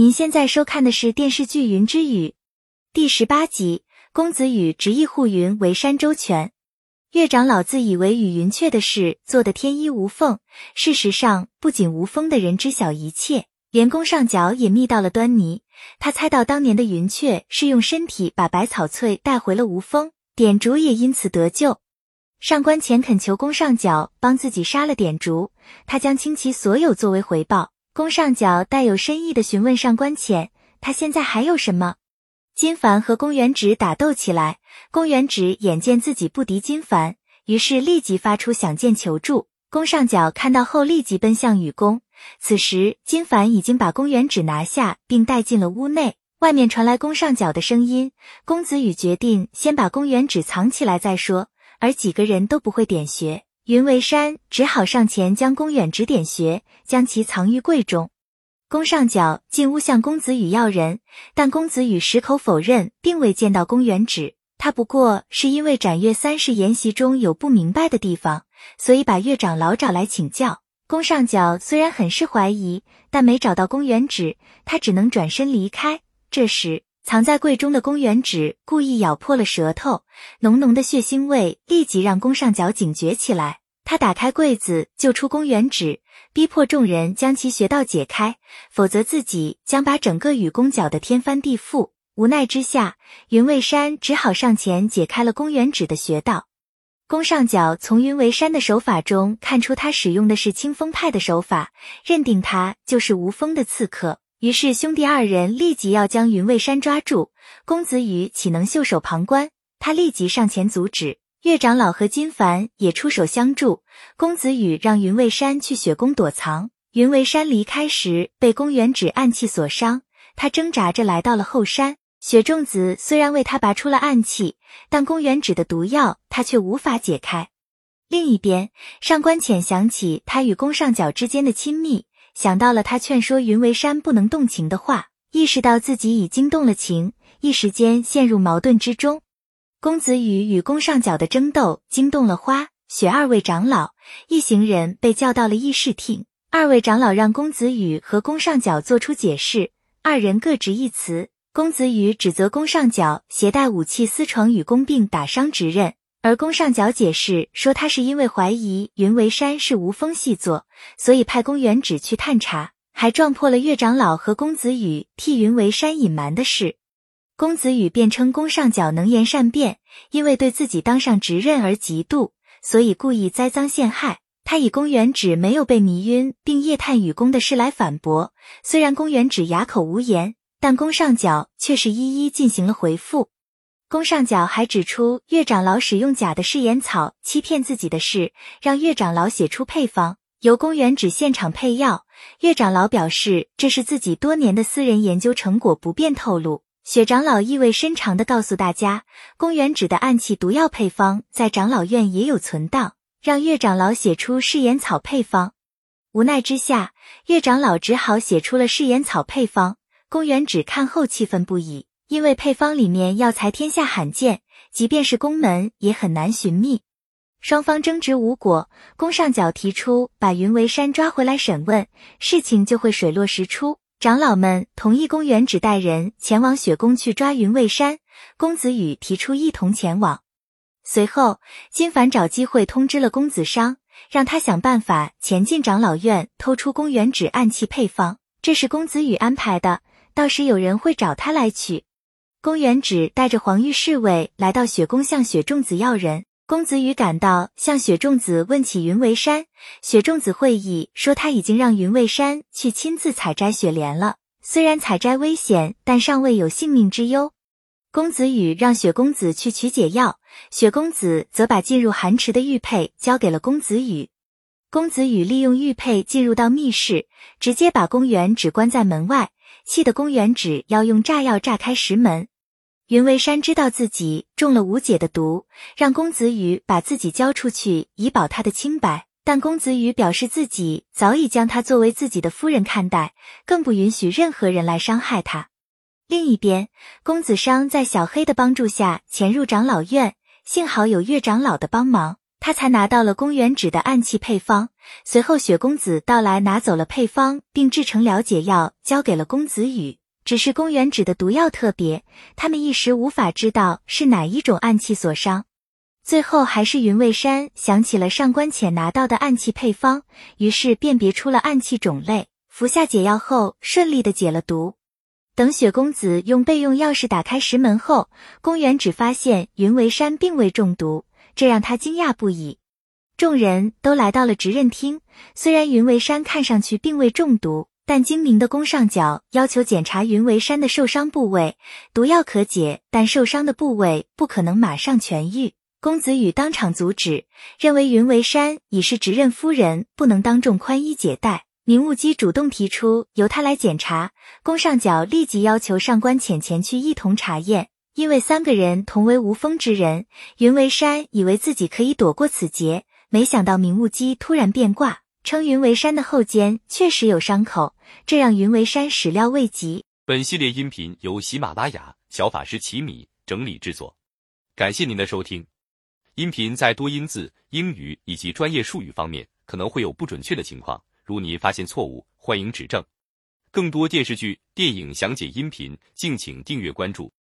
您现在收看的是电视剧《云之羽》第18集，公子羽执意护云为山周全。岳长老自以为与云雀的事做得天衣无缝，事实上不仅无风的人知晓一切，连宫上角也密到了端倪。他猜到当年的云雀是用身体把百草翠带回了无风，点烛也因此得救。上官浅恳求宫上角帮自己杀了点烛，他将倾其所有作为回报。宫上角带有深意地询问上官浅，他现在还有什么？金凡和宫元直打斗起来，宫元直眼见自己不敌金凡，于是立即发出响箭求助。宫上角看到后立即奔向雨宫，此时金凡已经把宫元直拿下并带进了屋内。外面传来宫上角的声音，公子羽决定先把宫元直藏起来再说，而几个人都不会点穴。云为山只好上前将宫元直点穴，将其藏于柜中。宫上角进屋向公子羽要人，但公子羽矢口否认，并未见到宫元直。他不过是因为斩月三世研习中有不明白的地方，所以把岳长老找来请教。宫上角虽然很是怀疑，但没找到宫元直，他只能转身离开。这时藏在柜中的宫元直故意咬破了舌头，浓浓的血腥味立即让宫上角警觉起来。他打开柜子救出宫元直，逼迫众人将其穴道解开，否则自己将把整个雨宫搅得天翻地覆。无奈之下，云为山只好上前解开了宫元直的穴道。宫上角从云为山的手法中看出他使用的是清风派的手法，认定他就是无风的刺客。于是兄弟二人立即要将云为山抓住，公子羽岂能袖手旁观？他立即上前阻止。岳长老和金凡也出手相助，公子羽让云为山去雪宫躲藏。云为山离开时被宫元直暗器所伤，他挣扎着来到了后山。雪仲子虽然为他拔出了暗器，但宫元直的毒药他却无法解开。另一边，上官浅想起他与宫上角之间的亲密，想到了他劝说云为山不能动情的话，意识到自己已经动了情，一时间陷入矛盾之中。公子羽与宫上角的争斗惊动了花、雪二位长老，一行人被叫到了议事厅。二位长老让公子羽和宫上角做出解释，二人各执一词。公子羽指责宫上角携带武器私闯雨宫并打伤直任，而宫上角解释说他是因为怀疑云为山是无风细作，所以派宫元直去探查，还撞破了岳长老和公子羽替云为山隐瞒的事。公子羽辩称宫上角能言善辩，因为对自己当上直任而嫉妒，所以故意栽赃陷害。他以宫元直没有被迷晕并夜探雨宫的事来反驳，虽然宫元直哑口无言，但宫上角却是一一进行了回复。宫上角还指出岳长老使用假的誓言草欺骗自己的事，让岳长老写出配方，由宫元直现场配药。岳长老表示这是自己多年的私人研究成果，不便透露。雪长老意味深长地告诉大家，宫元直的暗器毒药配方在长老院也有存档，让岳长老写出誓言草配方。无奈之下，岳长老只好写出了誓言草配方。宫元直看后气愤不已，因为配方里面药材天下罕见，即便是宫门也很难寻觅。双方争执无果，宫上角提出把云为山抓回来审问，事情就会水落石出。长老们同意宫元直带人前往雪宫去抓云为山，公子羽提出一同前往。随后金凡找机会通知了公子商，让他想办法前进长老院偷出宫元直暗器配方，这是公子羽安排的，到时有人会找他来取。宫元直带着黄玉侍卫来到雪宫向雪仲子要人，公子羽赶到向雪仲子问起云为山，雪仲子会意说他已经让云为山去亲自采摘雪莲了，虽然采摘危险，但尚未有性命之忧。公子羽让雪公子去取解药，雪公子则把进入寒池的玉佩交给了公子羽。公子羽利用玉佩进入到密室，直接把宫元直关在门外，气得宫元直要用炸药炸开石门。云为山知道自己中了无解的毒，让公子羽把自己交出去以保他的清白，但公子羽表示自己早已将他作为自己的夫人看待，更不允许任何人来伤害他。另一边，公子商在小黑的帮助下潜入长老院，幸好有岳长老的帮忙， 他才拿到了宫原指的暗器配方。随后雪公子到来拿走了配方，并制成了解药交给了公子羽。只是宫原指的毒药特别，他们一时无法知道是哪一种暗器所伤。最后还是云蔚山想起了上官浅拿到的暗器配方，于是辨别出了暗器种类，服下解药后顺利地解了毒。等雪公子用备用钥匙打开石门后，宫原只发现云蔚山并未中毒，这让他惊讶不已。众人都来到了执刃厅，虽然云蔚山看上去并未中毒，但精明的宫上角要求检查云蔚山的受伤部位，毒药可解，但受伤的部位不可能马上痊愈。公子羽当场阻止，认为云蔚山已是执刃夫人，不能当众宽衣解带。明悟姬主动提出由他来检查，宫上角立即要求上官浅前去一同查验。因为三个人同为无锋之人，云蔚山以为自己可以躲过此劫，没想到明悟姬突然变卦，称云蔚山的后肩确实有伤口，这让云蔚山始料未及。 本系列音频由喜马拉雅小法师奇米整理制作，感谢您的收听。音频在多音字、英语以及专业术语方面可能会有不准确的情况，如你发现错误，欢迎指正。更多电视剧、电影详解音频，敬请订阅关注。